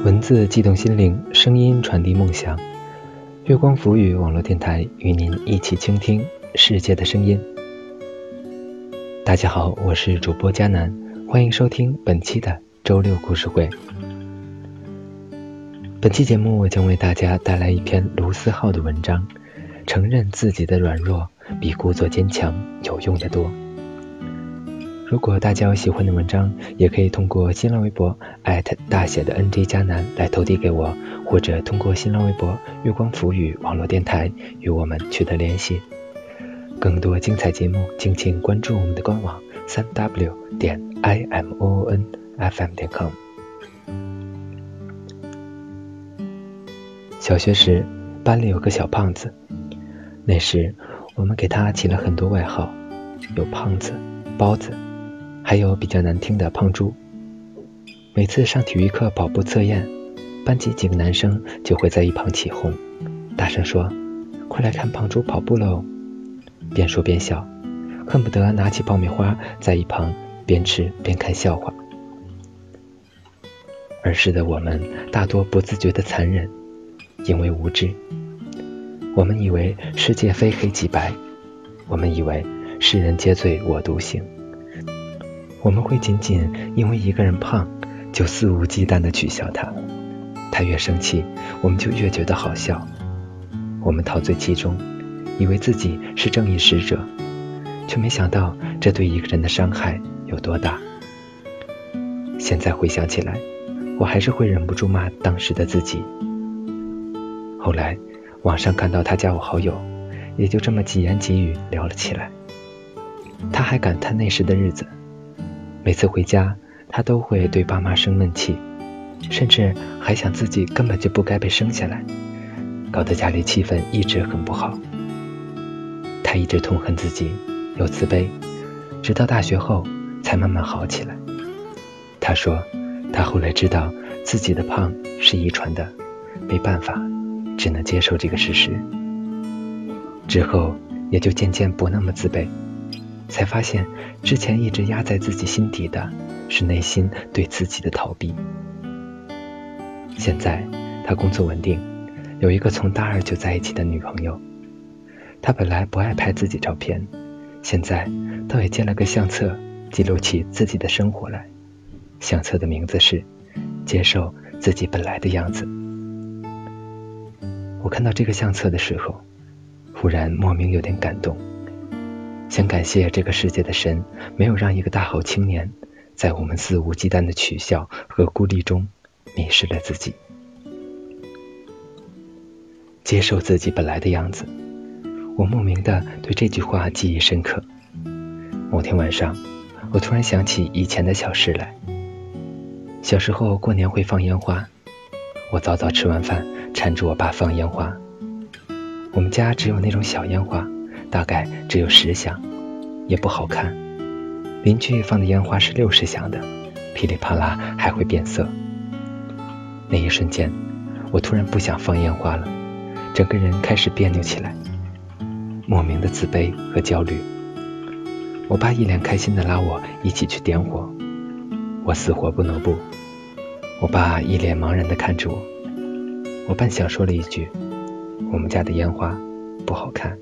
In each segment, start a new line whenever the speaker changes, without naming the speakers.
文字激动心灵，声音传递梦想。月光浮语网络电台与您一起倾听世界的声音。大家好，我是主播佳南，欢迎收听本期的周六故事会。本期节目我将为大家带来一篇卢思浩的文章，承认自己的软弱比故作坚强有用得多。如果大家有喜欢的文章，也可以通过新浪微博大写的 NJ 佳南来投递给我，或者通过新浪微博月光浮语网络电台与我们取得联系。更多精彩节目敬请关注我们的官网 3w.imoonfm.com。 小学时班里有个小胖子，那时我们给他起了很多外号，有胖子、包子，还有比较难听的胖猪。每次上体育课跑步测验，班级几个男生就会在一旁起哄，大声说：“快来看胖猪跑步喽！”边说边笑，恨不得拿起爆米花在一旁边吃边看笑话。儿时的我们大多不自觉的残忍，因为无知。我们以为世界非黑即白，我们以为世人皆醉我独醒。我们会仅仅因为一个人胖就肆无忌惮地取笑他，他越生气我们就越觉得好笑。我们陶醉其中，以为自己是正义使者，却没想到这对一个人的伤害有多大。现在回想起来，我还是会忍不住骂当时的自己。后来网上看到他加我好友，也就这么几言几语聊了起来。他还感叹那时的日子，每次回家他都会对爸妈生闷气，甚至还想自己根本就不该被生下来，搞得家里气氛一直很不好。他一直痛恨自己，又自卑，直到大学后才慢慢好起来。他说他后来知道自己的胖是遗传的，没办法，只能接受这个事实。之后也就渐渐不那么自卑，才发现之前一直压在自己心底的是内心对自己的逃避。现在他工作稳定，有一个从大二就在一起的女朋友。他本来不爱拍自己照片，现在倒也建了个相册，记录起自己的生活来。相册的名字是接受自己本来的样子。我看到这个相册的时候，忽然莫名有点感动，想感谢这个世界的神，没有让一个大好青年在我们肆无忌惮的取笑和孤立中迷失了自己。接受自己本来的样子，我莫名的对这句话记忆深刻。某天晚上，我突然想起以前的小事来。小时候过年会放烟花，我早早吃完饭缠着我爸放烟花。我们家只有那种小烟花，大概只有10响，也不好看。邻居放的烟花是60响的，噼里啪啦还会变色。那一瞬间，我突然不想放烟花了，整个人开始别扭起来，莫名的自卑和焦虑。我爸一脸开心地拉我一起去点火，我死活不挪步。我爸一脸茫然地看着我，我半想说了一句：“我们家的烟花不好看。”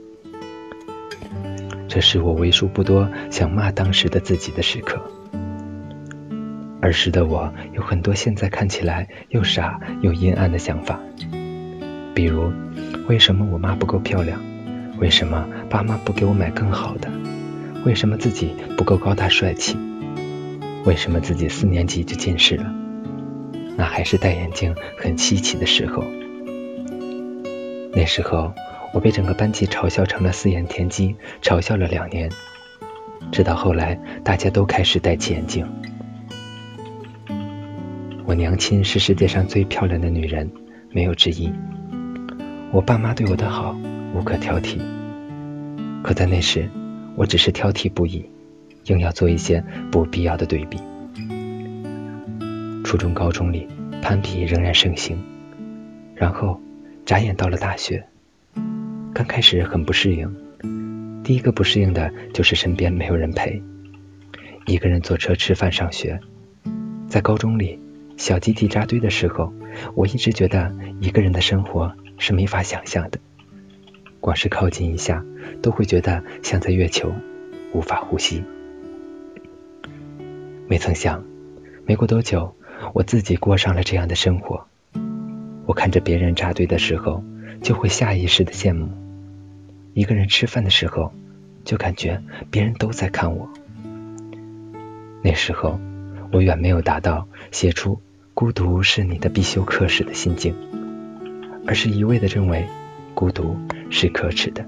这是我为数不多想骂当时的自己的时刻。儿时的我有很多现在看起来又傻又阴暗的想法，比如为什么我妈不够漂亮，为什么爸妈不给我买更好的，为什么自己不够高大帅气，为什么自己4年级就近视了，那还是戴眼镜很稀奇的时候。那时候我被整个班级嘲笑成了4眼田鸡，嘲笑了2年，直到后来大家都开始戴起眼镜。我娘亲是世界上最漂亮的女人，没有之一。我爸妈对我的好无可挑剔，可在那时我只是挑剔不已，硬要做一些不必要的对比。初中高中里攀比仍然盛行，然后眨眼到了大学。刚开始很不适应，第一个不适应的就是身边没有人陪，一个人坐车吃饭上学。在高中里小集体扎堆的时候，我一直觉得一个人的生活是没法想象的，光是靠近一下都会觉得像在月球，无法呼吸。没曾想，没过多久，我自己过上了这样的生活。我看着别人扎堆的时候，就会下意识的羡慕；一个人吃饭的时候，就感觉别人都在看我。那时候，我远没有达到写出孤独是你的必修课时的心境，而是一味的认为孤独是可耻的。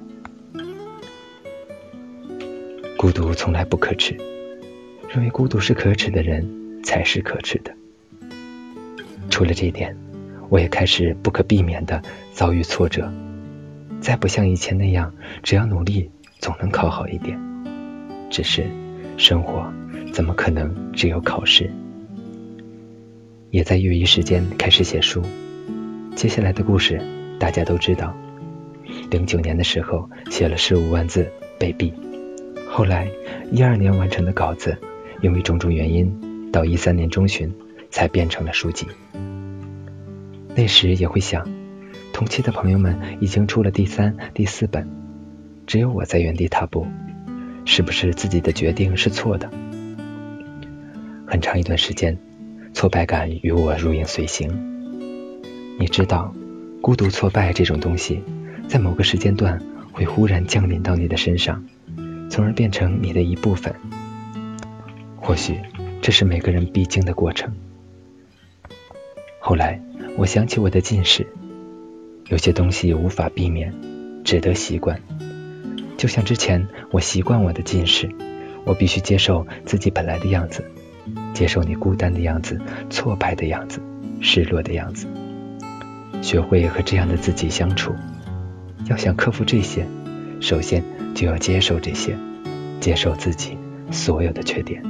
孤独从来不可耻，认为孤独是可耻的人才是可耻的。除了这一点，我也开始不可避免地遭遇挫折，再不像以前那样只要努力总能考好一点。只是生活怎么可能只有考试？也在业余时间开始写书，接下来的故事大家都知道。09年的时候写了15万字被毙，后来12年完成的稿子，因为种种原因到13年中旬才变成了书籍。那时也会想，同期的朋友们已经出了第3、第4本，只有我在原地踏步，是不是自己的决定是错的？很长一段时间，挫败感与我如影随形。你知道，孤独挫败这种东西，在某个时间段会忽然降临到你的身上，从而变成你的一部分。或许这是每个人必经的过程。后来我想起我的近视，有些东西无法避免，只得习惯。就像之前我习惯我的近视，我必须接受自己本来的样子，接受你孤单的样子，挫败的样子，失落的样子，学会和这样的自己相处。要想克服这些，首先就要接受这些，接受自己所有的缺点。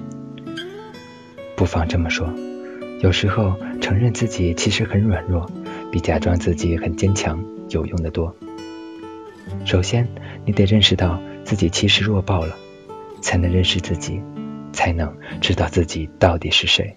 不妨这么说，有时候承认自己其实很软弱，比假装自己很坚强有用得多。首先，你得认识到自己其实弱爆了，才能认识自己，才能知道自己到底是谁。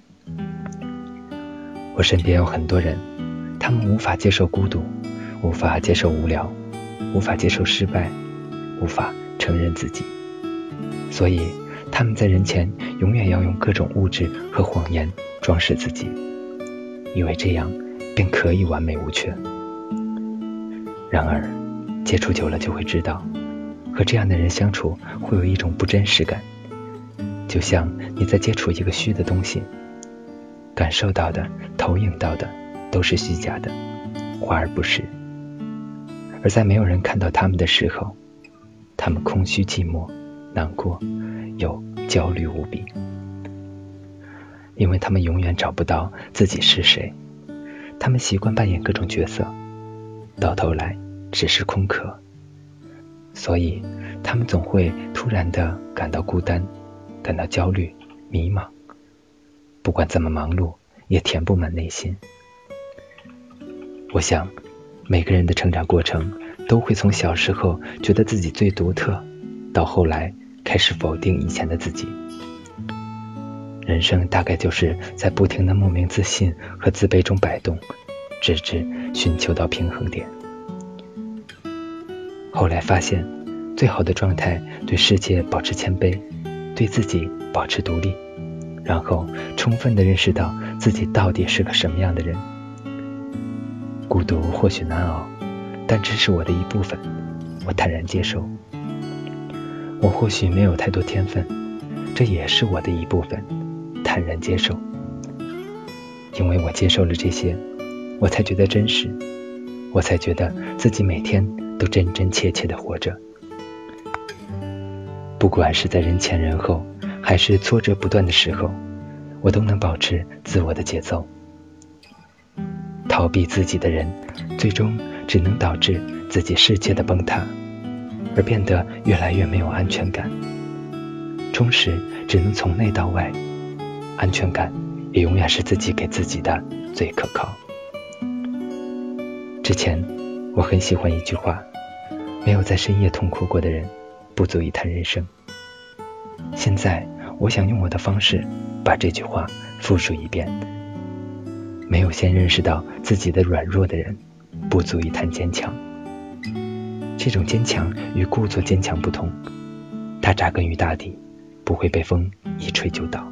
我身边有很多人，他们无法接受孤独，无法接受无聊，无法接受失败，无法承认自己，所以他们在人前永远要用各种物质和谎言装饰自己，以为这样便可以完美无缺。然而接触久了就会知道，和这样的人相处会有一种不真实感，就像你在接触一个虚的东西，感受到的、投影到的都是虚假的，华而不实。而在没有人看到他们的时候，他们空虚寂寞、难过又焦虑无比，因为他们永远找不到自己是谁。他们习惯扮演各种角色，到头来只是空壳，所以他们总会突然地感到孤单，感到焦虑、迷茫，不管怎么忙碌也填不满内心。我想每个人的成长过程都会从小时候觉得自己最独特，到后来开始否定以前的自己。人生大概就是在不停的莫名自信和自卑中摆动，直至寻求到平衡点。后来发现，最好的状态对世界保持谦卑，对自己保持独立，然后充分地认识到自己到底是个什么样的人。孤独或许难熬，但这是我的一部分，我坦然接受。我或许没有太多天分，这也是我的一部分，坦然接受。因为我接受了这些，我才觉得真实，我才觉得自己每天都真真切切地活着。不管是在人前人后，还是挫折不断的时候，我都能保持自我的节奏。逃避自己的人，最终只能导致自己世界的崩塌，而变得越来越没有安全感。充实只能从内到外，安全感也永远是自己给自己的最可靠。之前我很喜欢一句话，没有在深夜痛哭过的人不足以谈人生。现在我想用我的方式把这句话复述一遍， 没有先认识到自己的软弱的人，不足以谈坚强。这种坚强与故作坚强不同，它扎根于大地，不会被风一吹就倒。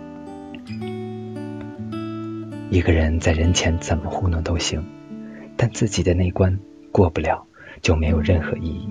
一个人在人前怎么糊弄都行，但自己的那关过不了，就没有任何意义。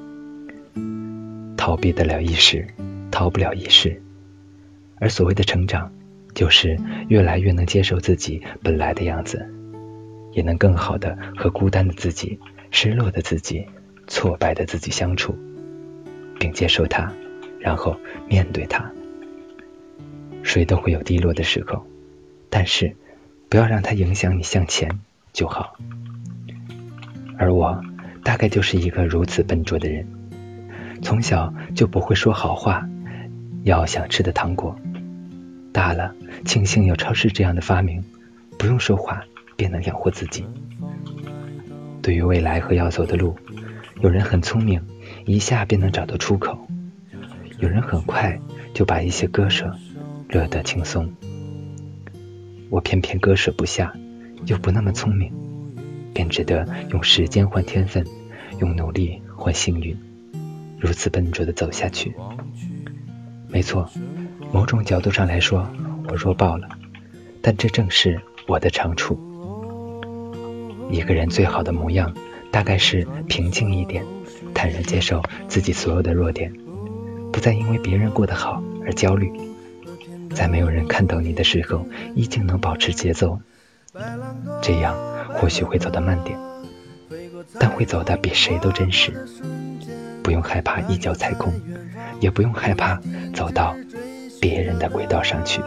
逃避得了一时，逃不了一世。而所谓的成长，就是越来越能接受自己本来的样子，也能更好的和孤单的自己、失落的自己、挫败的自己相处，并接受它，然后面对它。谁都会有低落的时候，但是不要让它影响你向前就好。而我大概就是一个如此笨拙的人，从小就不会说好话，要想吃的糖果，大了庆幸有超市这样的发明，不用说话便能养活自己。对于未来和要走的路，有人很聪明，一下便能找到出口，有人很快就把一些割舍乐得轻松。我偏偏割舍不下，又不那么聪明，便只得用时间换天分，用努力换幸运，如此笨拙地走下去。没错，某种角度上来说，我弱爆了，但这正是我的长处。一个人最好的模样，大概是平静一点，坦然接受自己所有的弱点，不再因为别人过得好而焦虑，在没有人看到你的时候，依旧能保持节奏。这样或许会走得慢点，但会走得比谁都真实。不用害怕一脚踩空，也不用害怕走到别人的轨道上去。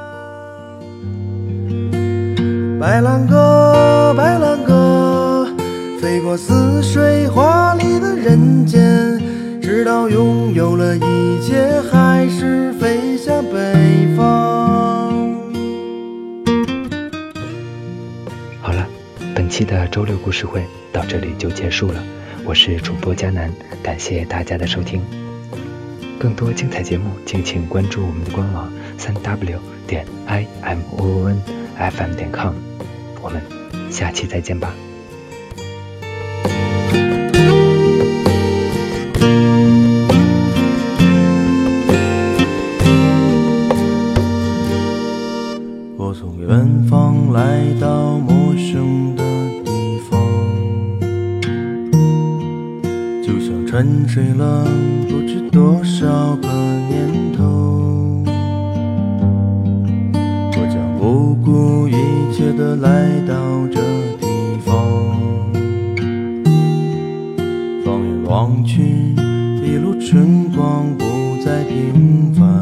白兰鸽，白兰鸽，飞过似水华丽的人间，直到拥有了一切，还是飞向北方。
好了，本期的周六故事会到这里就结束了。我是主播佳南，感谢大家的收听。更多精彩节目，敬请关注我们的官网3w.imoonfm.com。我们下期再见吧。
我从远方来到陌生的地方，就像沉睡了不知多少个年头，我将不顾一切地来到这地方，放眼望去，一路春光不再平凡。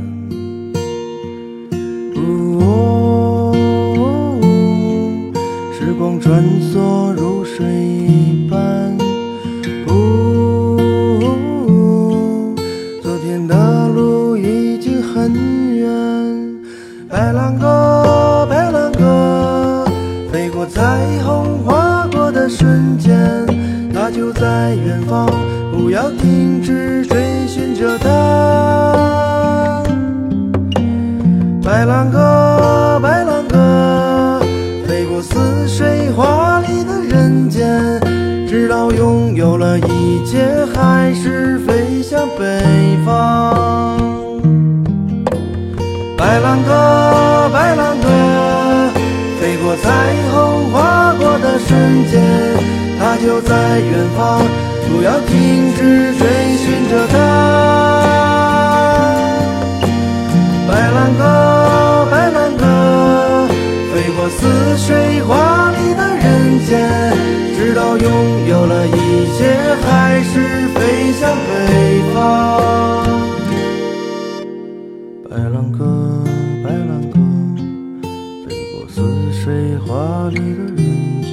时光穿梭如水一般，昨天的路已经很远。白兰鸽，白兰鸽，飞过彩虹划过的瞬间，它就在远方，不要停止追寻着它。白兰鸽，白兰鸽，飞过似水华丽的人间，直到拥有了一切，还是飞向北方。白兰鸽，白兰鸽，飞过彩虹划过的瞬间，它就在远方，不要停止追寻着它。白兰鸽，白兰鸽，飞过似水华丽的人间，直到拥有了一切，还是飞向北方。白兰鸽，白兰鸽，飞过似水华丽的人间。